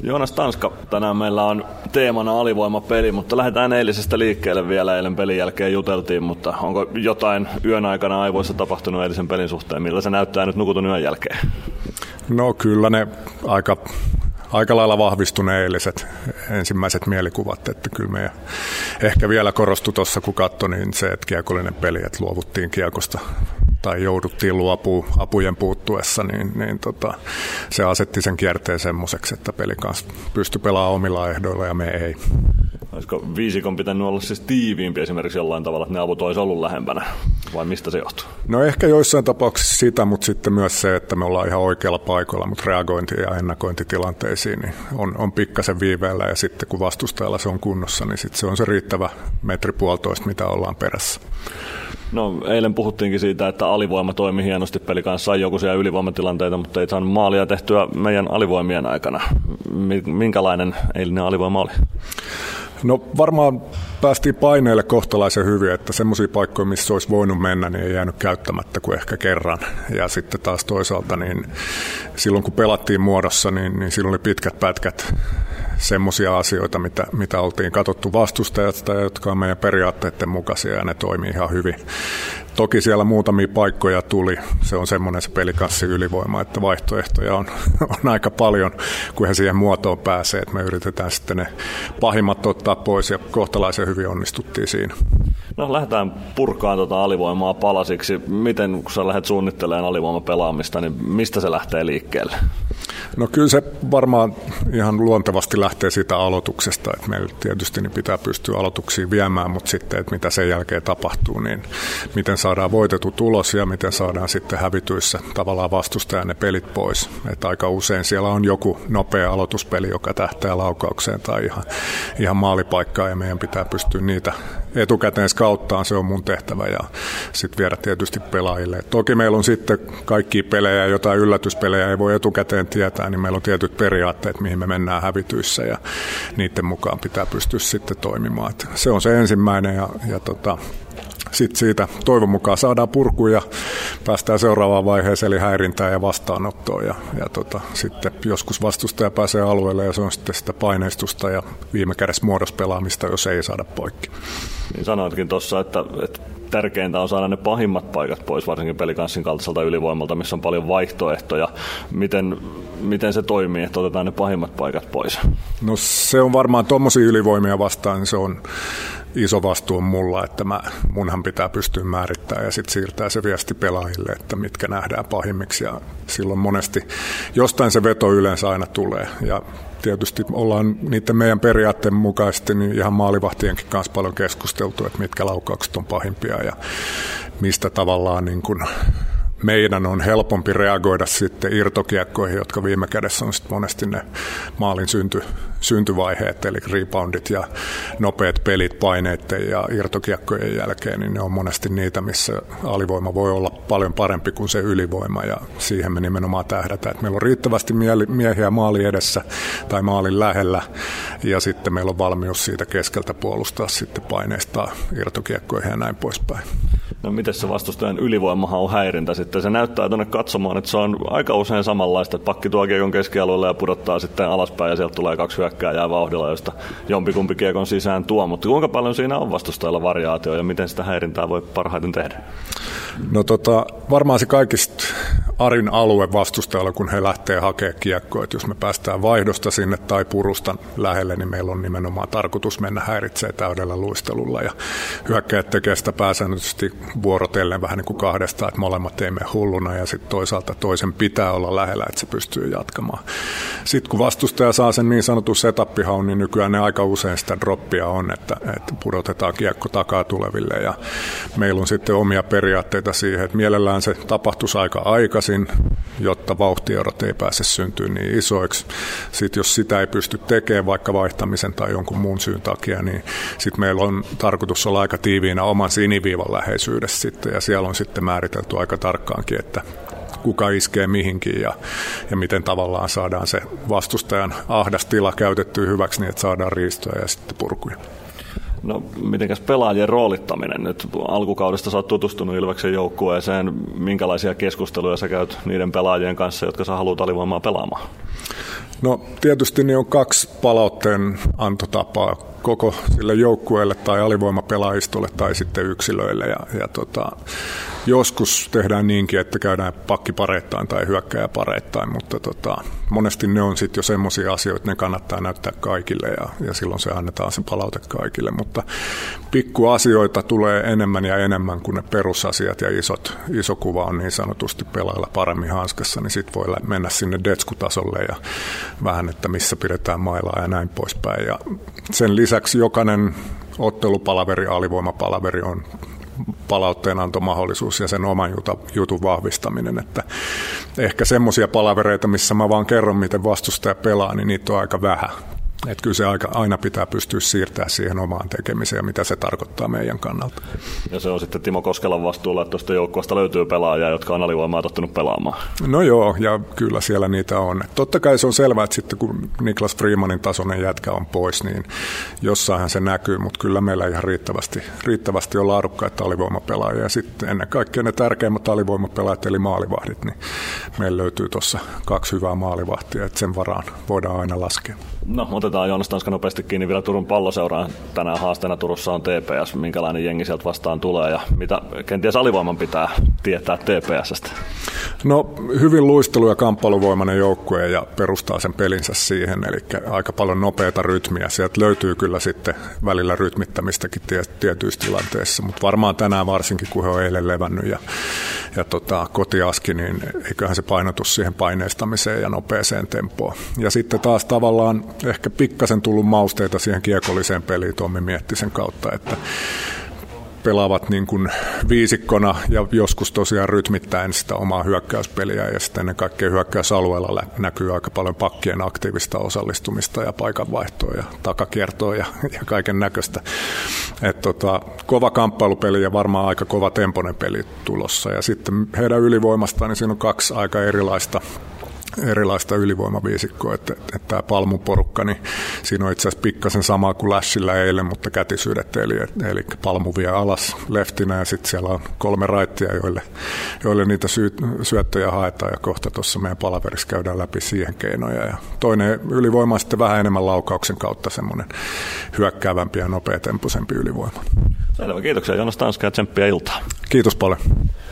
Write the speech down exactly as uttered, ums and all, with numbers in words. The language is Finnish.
Joonas Tanska, tänään meillä on teemana alivoimapeli, mutta lähdetään eilisestä liikkeelle vielä. Eilen pelin jälkeen juteltiin, mutta onko jotain yön aikana aivoissa tapahtunut eilisen pelin suhteen? Miltä se näyttää nyt nukutun yön jälkeen? No kyllä ne aika, aika lailla vahvistuneet eiliset ensimmäiset mielikuvat, että kyllä meidän ehkä vielä korostui tuossa, kun katsoi, niin se, että kiekollinen peli, että luovuttiin kiekosta tai jouduttiin luopuun apujen puuttuessa, niin, niin tota, se asetti sen kierteen semmoiseksi, että peli kanssa pystyi pelaamaan omilla ehdoilla ja me ei. Olisiko viisikon pitänyt olla siis tiiviimpi esimerkiksi jollain tavalla, että ne avut olisi ollut lähempänä, vai mistä se johtuu? No ehkä joissain tapauksissa sitä, mutta sitten myös se, että me ollaan ihan oikealla paikoilla, mutta reagointi- ja ennakointitilanteisiin niin on, on pikkasen viiveellä, ja sitten kun vastustajalla se on kunnossa, niin sitten se on se riittävä metri puolitoista, mitä ollaan perässä. No eilen puhuttiinkin siitä, että alivoima toimi hienosti, peli kanssa sai joku siellä ylivoimatilanteita, mutta ei saanut maalia tehtyä meidän alivoimien aikana. Minkälainen eilinen alivoima oli? No varmaan päästiin paineille kohtalaisen hyvin, että semmoisia paikkoja, missä olisi voinut mennä, niin ei jäänyt käyttämättä kuin ehkä kerran. Ja sitten taas toisaalta, niin silloin kun pelattiin muodossa, niin, niin silloin oli pitkät pätkät semmoisia asioita, mitä, mitä oltiin katsottu vastustajasta, jotka on meidän periaatteiden mukaisia, ja ne toimii ihan hyvin. Toki siellä muutamia paikkoja tuli, se on semmoinen se pelikanssi ylivoima, että vaihtoehtoja on, on aika paljon, kun he siihen muotoon pääsee, että me yritetään sitten ne pahimmat ottaa pois, ja kohtalaisen hyvin onnistuttiin siinä. No lähdetään purkaan tuota alivoimaa palasiksi. Miten, kun sä lähdet suunnittelemaan alivoimapelaamista, niin mistä se lähtee liikkeelle? No kyllä se varmaan ihan luontevasti lähtee siitä aloituksesta, että meillä tietysti niin pitää pystyä aloituksiin viemään, mutta sitten, että mitä sen jälkeen tapahtuu, niin miten saadaan voitettu tulos ja miten saadaan sitten hävityissä tavallaan vastustajan ne pelit pois. Että aika usein siellä on joku nopea aloituspeli, joka tähtää laukaukseen tai ihan, ihan maalipaikkaan, ja meidän pitää pystyä niitä etukäteen skauttaan, se on mun tehtävä, ja sitten viedä tietysti pelaajille. Toki meillä on sitten kaikkia pelejä, jotain yllätyspelejä ei voi etukäteen tietää, niin meillä on tietyt periaatteet, mihin me mennään hävityissä, ja niiden mukaan pitää pystyä sitten toimimaan. Et se on se ensimmäinen, ja, ja tota, sitten siitä toivon mukaan saadaan purkuun ja päästään seuraavaan vaiheeseen, eli häirintään ja vastaanottoon. Ja, ja tota, sitten joskus vastustaja pääsee alueelle, ja se on sitten sitä paineistusta ja viime kädessä muodospelaamista, jos ei saada poikki. Niin sanoitkin tuossa, että, että tärkeintä on saada ne pahimmat paikat pois, varsinkin pelikanssin kaltaiselta ylivoimalta, missä on paljon vaihtoehtoja. Miten, miten se toimii, että otetaan ne pahimmat paikat pois? No se on varmaan tuommoisia ylivoimia vastaan, niin se on iso vastuu mulla, että mä, munhan pitää pystyä määrittämään ja sitten siirtää se viesti pelaajille, että mitkä nähdään pahimmiksi, ja silloin monesti jostain se veto yleensä aina tulee, ja tietysti ollaan niiden meidän periaatteen mukaisesti niin ihan maalivahtienkin kanssa paljon keskusteltu, että mitkä laukaukset on pahimpia ja mistä tavallaan niin kuin meidän on helpompi reagoida sitten irtokiekkoihin, jotka viime kädessä on sitten monesti ne maalin synty, syntyvaiheet, eli reboundit ja nopeat pelit paineiden ja irtokiekkojen jälkeen, niin ne on monesti niitä, missä alivoima voi olla paljon parempi kuin se ylivoima, ja siihen me nimenomaan tähdätään, että meillä on riittävästi miehiä maalin edessä tai maalin lähellä, ja sitten meillä on valmius siitä keskeltä puolustaa sitten paineistaa irtokiekkoihin ja näin poispäin. No miten se vastustajan ylivoimahan on häirintä sitten? Se näyttää tuonne katsomaan, että se on aika usein samanlaista, että pakki tuo kiekon keskialueelle ja pudottaa sitten alaspäin, ja sieltä tulee kaksi hyökkääjää vauhdilla, josta jompikumpi kiekon sisään tuo. Mutta kuinka paljon siinä on vastustajalla variaatio ja miten sitä häirintää voi parhaiten tehdä? No tota, varmaan se kaikista arin alue vastustajalla, kun he lähtee hakemaan kiekkoa, että jos me päästään vaihdosta sinne tai purusta lähelle, niin meillä on nimenomaan tarkoitus mennä häiritsee täydellä luistelulla, ja hyökkäjät tekee sitä pääsäännöllisesti vuorotellen vähän niin kuin kahdesta, että molemmat ei mene hulluna, ja sitten toisaalta toisen pitää olla lähellä, että se pystyy jatkamaan. Sitten kun vastustaja saa sen niin sanotun setappihaun, niin nykyään ne aika usein sitä droppia on, että, että pudotetaan kiekko takaa tuleville, ja meillä on sitten omia periaatteita siihen, että mielellään se tapahtuisi aika aikaisin, jotta vauhtierot ei pääse syntyä niin isoiksi. Sitten jos sitä ei pysty tekemään vaikka vaihtamisen tai jonkun muun syyn takia, niin sitten meillä on tarkoitus olla aika tiiviinä oman siniviivan läheisyydessä sitten, ja siellä on sitten määritelty aika tarkkaankin, että kuka iskee mihinkin ja, ja miten tavallaan saadaan se vastustajan ahdas tila käytettyä hyväksi niin, että saadaan riistoja ja sitten purkuja. No mitenkäs pelaajien roolittaminen? Nyt alkukaudesta sä oot tutustunut Ilveksen joukkueeseen. Minkälaisia keskusteluja sä käyt niiden pelaajien kanssa, jotka sä haluat alivoimaa pelaamaan? No tietysti niin on kaksi palautteen antotapaa koko sille joukkueelle tai alivoimapelaajistolle tai sitten yksilöille. Ja, ja tota, joskus tehdään niinkin, että käydään pakkipareittain tai hyökkääjäpareittain, mutta tota, monesti ne on sitten jo semmoisia asioita, että ne kannattaa näyttää kaikille ja, ja silloin se annetaan se palaute kaikille. Mutta pikkuasioita tulee enemmän ja enemmän kuin ne perusasiat ja isot, iso kuva on niin sanotusti pelailla paremmin hanskassa, niin sitten voi mennä sinne detskutasolle ja vähän, että missä pidetään mailaa ja näin poispäin. Ja sen lisäksi jokainen ottelupalaveri, alivoimapalaveri on palautteenantomahdollisuus ja sen oman jutun vahvistaminen. Että ehkä semmoisia palavereita, missä mä vaan kerron, miten vastustaja pelaa, niin niitä on aika vähän. Että kyllä se aina pitää pystyä siirtämään siihen omaan tekemiseen ja mitä se tarkoittaa meidän kannalta. Ja se on sitten Timo Koskelan vastuulla, että tuosta joukkueesta löytyy pelaajia, jotka on alivoimaa tottunut pelaamaan. No joo, ja kyllä siellä niitä on. Totta kai se on selvää, että sitten kun Niklas Freemanin tasoinen jätkä on pois, niin jossainhan se näkyy, mutta kyllä meillä ihan riittävästi, riittävästi on laadukkaita alivoimapelaajia. Ja sitten ennen kaikkea ne tärkeimmät alivoimapelaajat, eli maalivahdit, niin meillä löytyy tuossa kaksi hyvää maalivahtia, että sen varaan voidaan aina laskea. No, otetaan Joonas Tanska nopeasti kiinni vielä Turun Palloseuraan. Tänään haasteena Turussa on T P S. Minkälainen jengi sieltä vastaan tulee ja mitä kenties alivoiman pitää tietää T P S:stä? No, hyvin luistelu- ja kamppailuvoimainen joukkue ja perustaa sen pelinsä siihen, eli aika paljon nopeata rytmiä. Sieltä löytyy kyllä sitten välillä rytmittämistäkin tietyissä tilanteissa, mutta varmaan tänään varsinkin, kun he on eilen levännyt ja, ja tota, kotiaski, niin eiköhän se painotus siihen paineistamiseen ja nopeeseen tempoon. Ja sitten taas tavallaan ehkä pikkasen tullut mausteita siihen kiekolliseen peliin Tommi Miettisen kautta, että pelaavat niin kuin viisikkona ja joskus tosiaan rytmittäen sitä omaa hyökkäyspeliä ja sitten ennen kaikkea hyökkäysalueella näkyy aika paljon pakkien aktiivista osallistumista ja paikanvaihtoa ja takakiertoa ja, ja kaiken näköistä. Et tota, kova kamppailupeli ja varmaan aika kova tempoinen peli tulossa ja sitten heidän ylivoimastaan niin siinä on kaksi aika erilaista erilaista ylivoimaviisikkoa, että, että tämä Palmun porukka, niin siinä on itse asiassa pikkasen samaa kuin Lashillä eilen, mutta kätisyydet, eli, eli Palmu vie alas leftinä ja sitten siellä on kolme raittia, joille, joille niitä sy, syöttöjä haetaan ja kohta tuossa meidän palaverissa käydään läpi siihen keinoja. Ja toinen ylivoima on sitten vähän enemmän laukauksen kautta semmoinen hyökkäävämpi ja nopeatempoisempi ylivoima. Selvä, kiitoksia Joonas Tanska ja tsemppiä iltaa. Kiitos paljon.